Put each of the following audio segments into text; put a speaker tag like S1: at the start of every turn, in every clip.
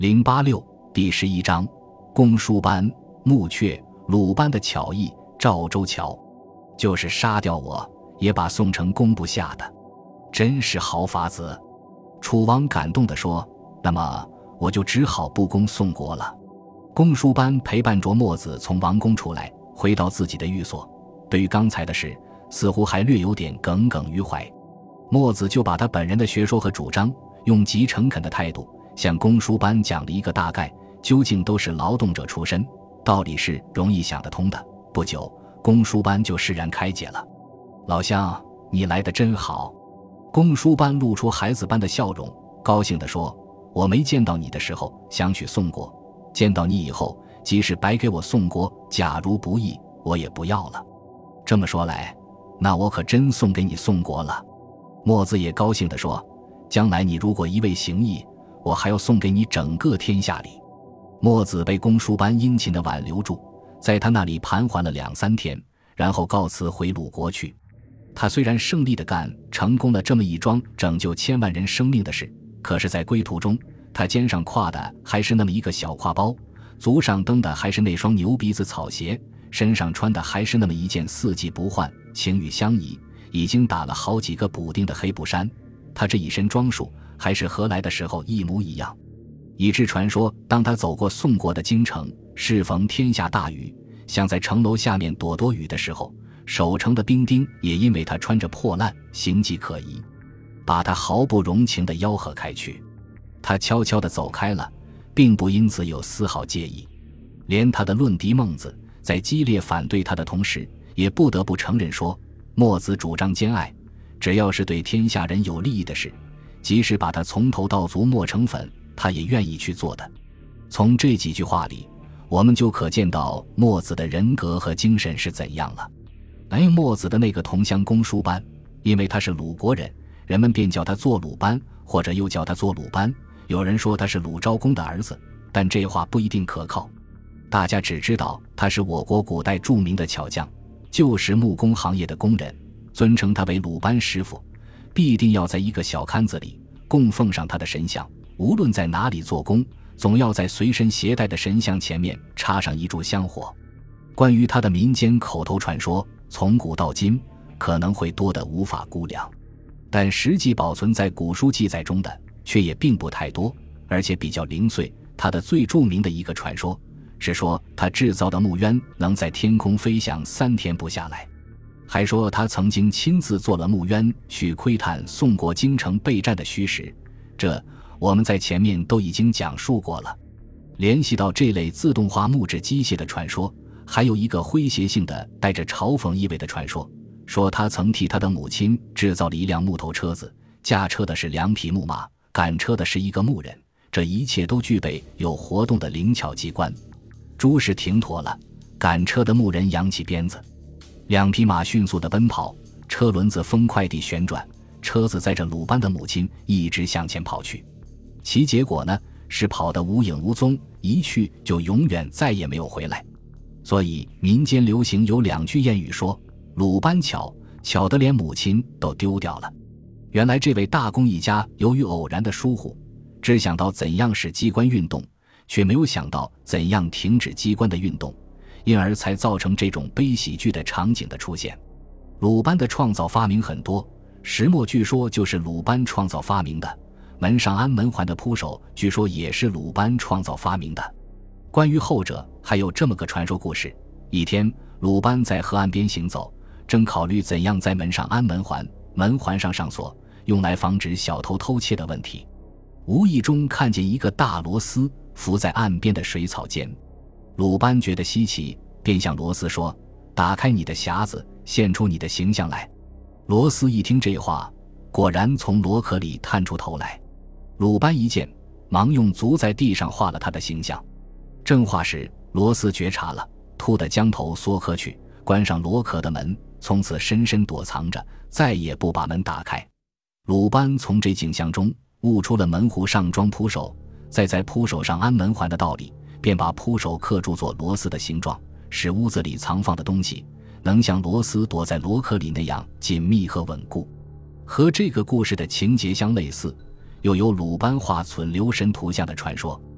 S1: 086第11章，公输班、穆阙、鲁班的巧艺。赵州桥，就是杀掉我，也把宋城攻不下的，真是好法子。楚王感动地说：“那么我就只好不攻宋国了。”公输班陪伴着墨子从王宫出来，回到自己的寓所。对于刚才的事，似乎还略有点耿耿于怀。墨子就把他本人的学说和主张，用极诚恳的态度向公输班讲了一个大概，究竟都是劳动者出身，道理是容易想得通的。不久，公输班就释然开解了。老乡，你来得真好。公输班露出孩子般的笑容，高兴地说：“我没见到你的时候想去宋国，见到你以后，即使白给我宋国，假如不义，我也不要了。这么说来，那我可真送给你宋国了。”墨子也高兴地说：“将来你如果一味行义，我还要送给你整个天下里。”墨子被公输班殷勤地挽留住，在他那里盘桓了2-3天，然后告辞回鲁国去。他虽然胜利地成功了这么一桩拯救千万人生命的事，可是在归途中，他肩上挎的还是那么一个小挎包，足上蹬的还是那双牛鼻子草鞋，身上穿的还是那么一件4季不换、情与相宜、已经打了好几个补丁的黑布衫。他这一身装束还是和来的时候一模一样，以致传说当他走过宋国的京城，适逢天下大雨，想在城楼下面躲雨的时候，守城的兵丁也因为他穿着破烂，形迹可疑，把他毫不容情地吆喝开去。他悄悄地走开了，并不因此有丝毫介意。连他的论敌孟子在激烈反对他的同时，也不得不承认说，墨子主张兼爱，只要是对天下人有利益的事，即使把他从头到足磨成粉，他也愿意去做的。从这几句话里，我们就可见到墨子的人格和精神是怎样了。墨子的那个同乡公输班，因为他是鲁国人，人们便叫他做鲁班，或者又叫他做鲁班。有人说他是鲁昭公的儿子，但这话不一定可靠。大家只知道他是我国古代著名的巧匠，就是木工行业的工人，尊称他为鲁班师傅。必定要在一个小龛子里供奉上他的神像，无论在哪里做工，总要在随身携带的神像前面插上一柱香火。关于他的民间口头传说，从古到今可能会多得无法估量，但实际保存在古书记载中的却也并不太多，而且比较零碎。他的最著名的一个传说是说，他制造的木鸢能在天空飞翔3天不下来，还说他曾经亲自做了木鸢去窥探宋国京城备战的虚实，这我们在前面都已经讲述过了。联系到这类自动化木质机械的传说，还有一个诙谐性的带着嘲讽意味的传说，说他曾替他的母亲制造了一辆木头车子，驾车的是2匹木马，赶车的是一个木人，这一切都具备有活动的灵巧机关。诸事停妥了，赶车的木人扬起鞭子，2匹马迅速地奔跑，车轮子风快地旋转，车子载着鲁班的母亲一直向前跑去。其结果呢，是跑得无影无踪，一去就永远再也没有回来。所以民间流行有2句谚语说，鲁班巧，巧得连母亲都丢掉了。原来这位大工艺家由于偶然的疏忽，只想到怎样使机关运动，却没有想到怎样停止机关的运动，因而才造成这种悲喜剧的场景的出现。鲁班的创造发明很多，石磨据说就是鲁班创造发明的，门上安门环的铺手据说也是鲁班创造发明的。关于后者还有这么个传说故事，一天鲁班在河岸边行走，正考虑怎样在门上安门环，门环上上锁，用来防止小偷偷窃的问题。无意中看见一个大螺丝浮在岸边的水草间，鲁班觉得稀奇，便向螺丝说，打开你的匣子，现出你的形象来。螺丝一听这话，果然从螺壳里探出头来。鲁班一见，忙用足在地上画了他的形象。正画时，螺丝觉察了，突地将头缩科去，关上螺壳的门，从此深深躲藏着，再也不把门打开。鲁班从这景象中悟出了门户上装铺手，再在铺手上安门环的道理，便把铺手刻铸作螺丝的形状，使屋子里藏放的东西能像螺丝躲在螺壳里那样紧密和稳固。和这个故事的情节相类似，又有鲁班画存留神图像的传说。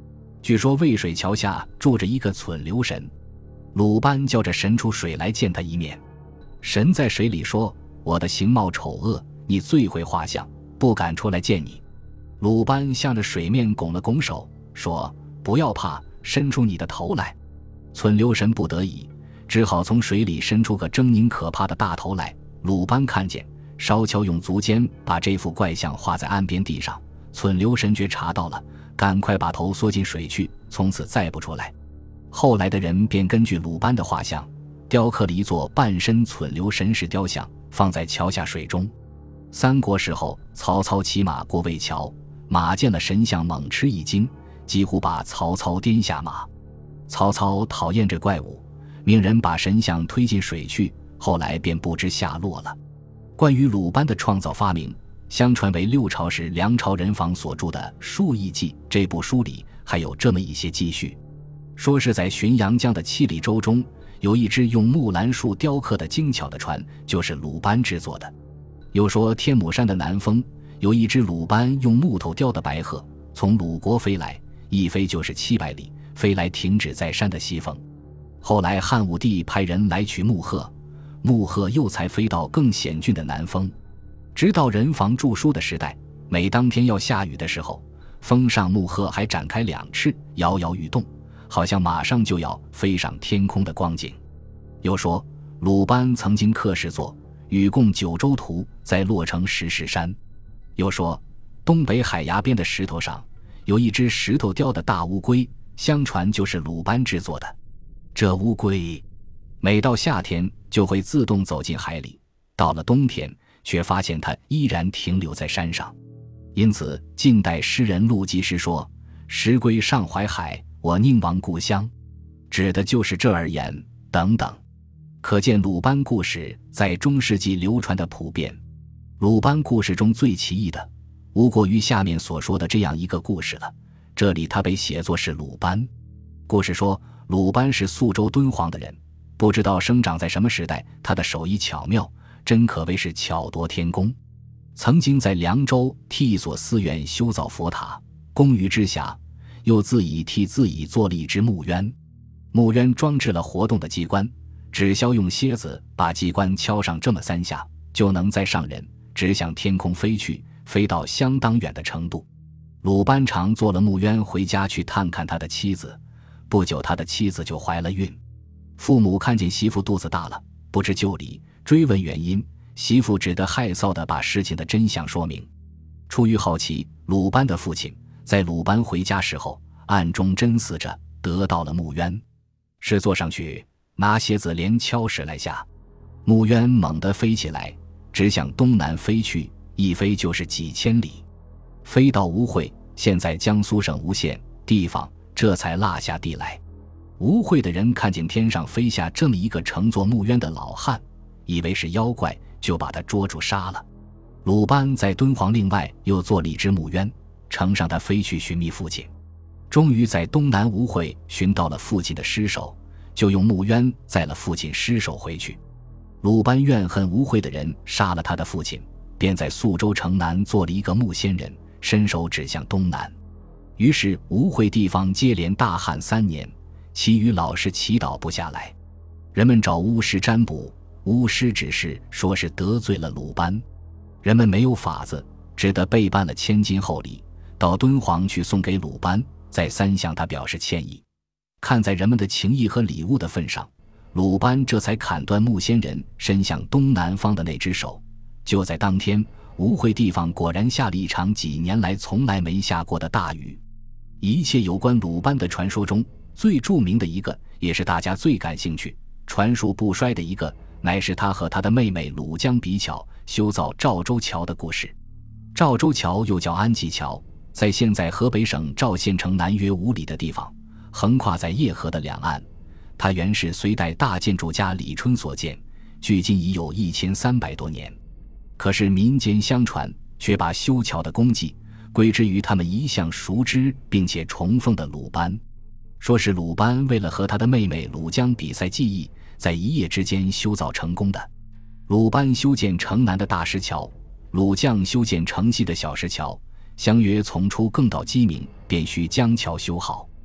S1: 据说渭水桥下住着一个忖流神，鲁班叫着神出水来见他一面。神在水里说：“我的形貌丑恶，你最会画像，不敢出来见你。”鲁班向着水面拱了拱手，说：“不要怕，伸出你的头来。”忖流神不得已，只好从水里伸出个狰狞可怕的大头来。鲁班看见，稍悄用足尖把这副怪像画在岸边地上。忖流神觉察到了，赶快把头缩进水去，从此再不出来。后来的人便根据鲁班的画像，雕刻了一座半身忖流神石雕像，放在桥下水中。三国时候，曹操骑马过渭桥，马见了神像猛吃一惊，几乎把曹操颠下马。曹操讨厌这怪物，命人把神像推进水去，后来便不知下落了。关于鲁班的创造发明，相传为六朝时梁朝人房所著的《述异记》这部书里还有这么一些记叙，说是在浔阳江的七里洲中，有一只用木兰树雕刻的精巧的船，就是鲁班制作的。又说天姥山的南峰有一只鲁班用木头雕的白鹤，从鲁国飞来，一飞就是700里，飞来停止在山的西峰。后来汉武帝派人来取木鹤，木鹤又才飞到更险峻的南峰。直到人房著书的时代，每当天要下雨的时候，峰上木鹤还展开2翅，摇摇欲动，好像马上就要飞上天空的光景。又说鲁班曾经刻石作《禹贡九州图》在洛城石室山。又说东北海崖边的石头上有一只石头雕的大乌龟，相传就是鲁班制作的。这乌龟每到夏天就会自动走进海里，到了冬天却发现它依然停留在山上。因此近代诗人陆机诗说：“石龟上淮海，我宁亡故乡”，指的就是这而言等等。可见鲁班故事在中世纪流传的普遍。鲁班故事中最奇异的，无过于下面所说的这样一个故事了。这里他被写作是鲁班。故事说鲁班是宿州敦煌的人，不知道生长在什么时代，他的手艺巧妙，真可谓是巧夺天工。曾经在凉州替一所寺院修造佛塔，功于之暇，又自己替自己做了一只木鸢。木鸢装置了活动的机关，只需用楔子把机关敲上这么3下，就能再上人，直向天空飞去，飞到相当远的程度。鲁班常做了木鸢回家去探看他的妻子，不久他的妻子就怀了孕。父母看见媳妇肚子大了，不知就里，追问原因，媳妇只得害臊地把事情的真相说明。出于好奇，鲁班的父亲在鲁班回家时候暗中侦伺着，得到了木鸢，是坐上去，拿楔子连敲10来下，木鸢猛地飞起来，直向东南飞去，一飞就是几千里，飞到吴会，现在江苏省吴县地方，这才落下地来。吴会的人看见天上飞下这么一个乘坐木鸢的老汉，以为是妖怪，就把他捉住杀了。鲁班在敦煌另外又做了一只木鸢，乘上他飞去寻觅父亲，终于在东南吴会寻到了父亲的尸首，就用木鸢载了父亲尸首回去。鲁班怨恨吴会的人杀了他的父亲，便在宿州城南做了一个木仙人，伸手指向东南。于是吴会地方接连大旱3年，其余老是祈祷不下来。人们找巫师占卜，巫师只是说是得罪了鲁班，人们没有法子，只得备办了千金厚礼，到敦煌去送给鲁班，再3向他表示歉意。看在人们的情谊和礼物的份上，鲁班这才砍断木仙人伸向东南方的那只手。就在当天，吴会地方果然下了一场几年来从来没下过的大雨。一切有关鲁班的传说中，最著名的一个，也是大家最感兴趣、传述不衰的一个，乃是他和他的妹妹鲁江比巧修造赵州桥的故事。赵州桥又叫安济桥，在现在河北省赵县城南约5里的地方，横跨在叶河的两岸。它原是隋代大建筑家李春所建，距今已有1300多年。可是民间相传，却把修桥的功绩归之于他们一向熟知并且崇奉的鲁班。说是鲁班为了和他的妹妹鲁江比赛技艺，在一夜之间修造成功的。鲁班修建城南的大石桥，鲁将修建城西的小石桥，相约从出更到鸡鸣，便需将桥修好。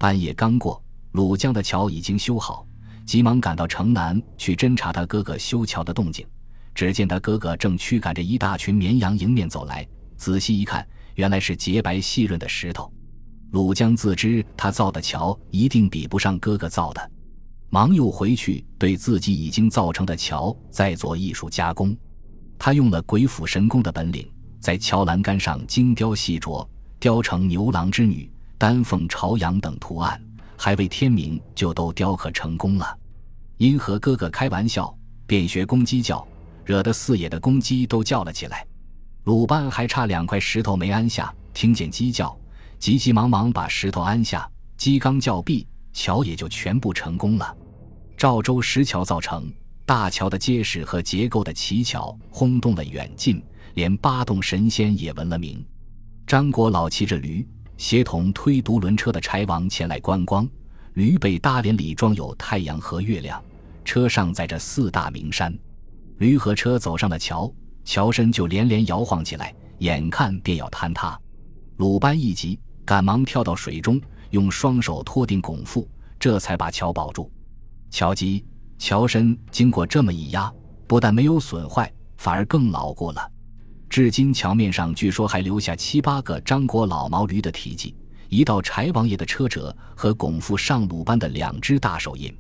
S1: 半夜刚过，鲁江的桥已经修好，急忙赶到城南去侦察他哥哥修桥的动静。只见他哥哥正驱赶着一大群绵羊迎面走来，仔细一看，原来是洁白细润的石头。鲁江自知他造的桥一定比不上哥哥造的，忙又回去对自己已经造成的桥再做艺术加工。他用了鬼斧神工的本领，在桥栏杆上精雕细琢，雕成牛郎织女、丹凤朝阳等图案，还未天明就都雕刻成功了。因和哥哥开玩笑，便学公鸡叫，惹得四野的公鸡都叫了起来。鲁班还差2块石头没安下，听见鸡叫，急急忙忙把石头安下，鸡刚叫毕，桥也就全部成功了。赵州石桥造成，大桥的结实和结构的奇巧轰动了远近，连8洞神仙也闻了名。张国老骑着驴，协同推独轮车的柴王前来观光。驴背搭帘里装有太阳和月亮，车上载着4大名山。驴和车走上了桥，桥身就连连摇晃起来，眼看便要坍塌。鲁班一急，赶忙跳到水中，用双手托定拱腹，这才把桥保住。桥基、桥身经过这么一压，不但没有损坏，反而更牢固了。至今桥面上据说还留下7、8个张国老毛驴的蹄迹，一道柴王爷的车辙和拱腹上鲁班的2只大手印。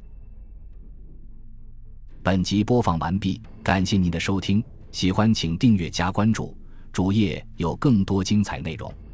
S1: 本集播放完毕，感谢您的收听，喜欢请订阅加关注，主页有更多精彩内容。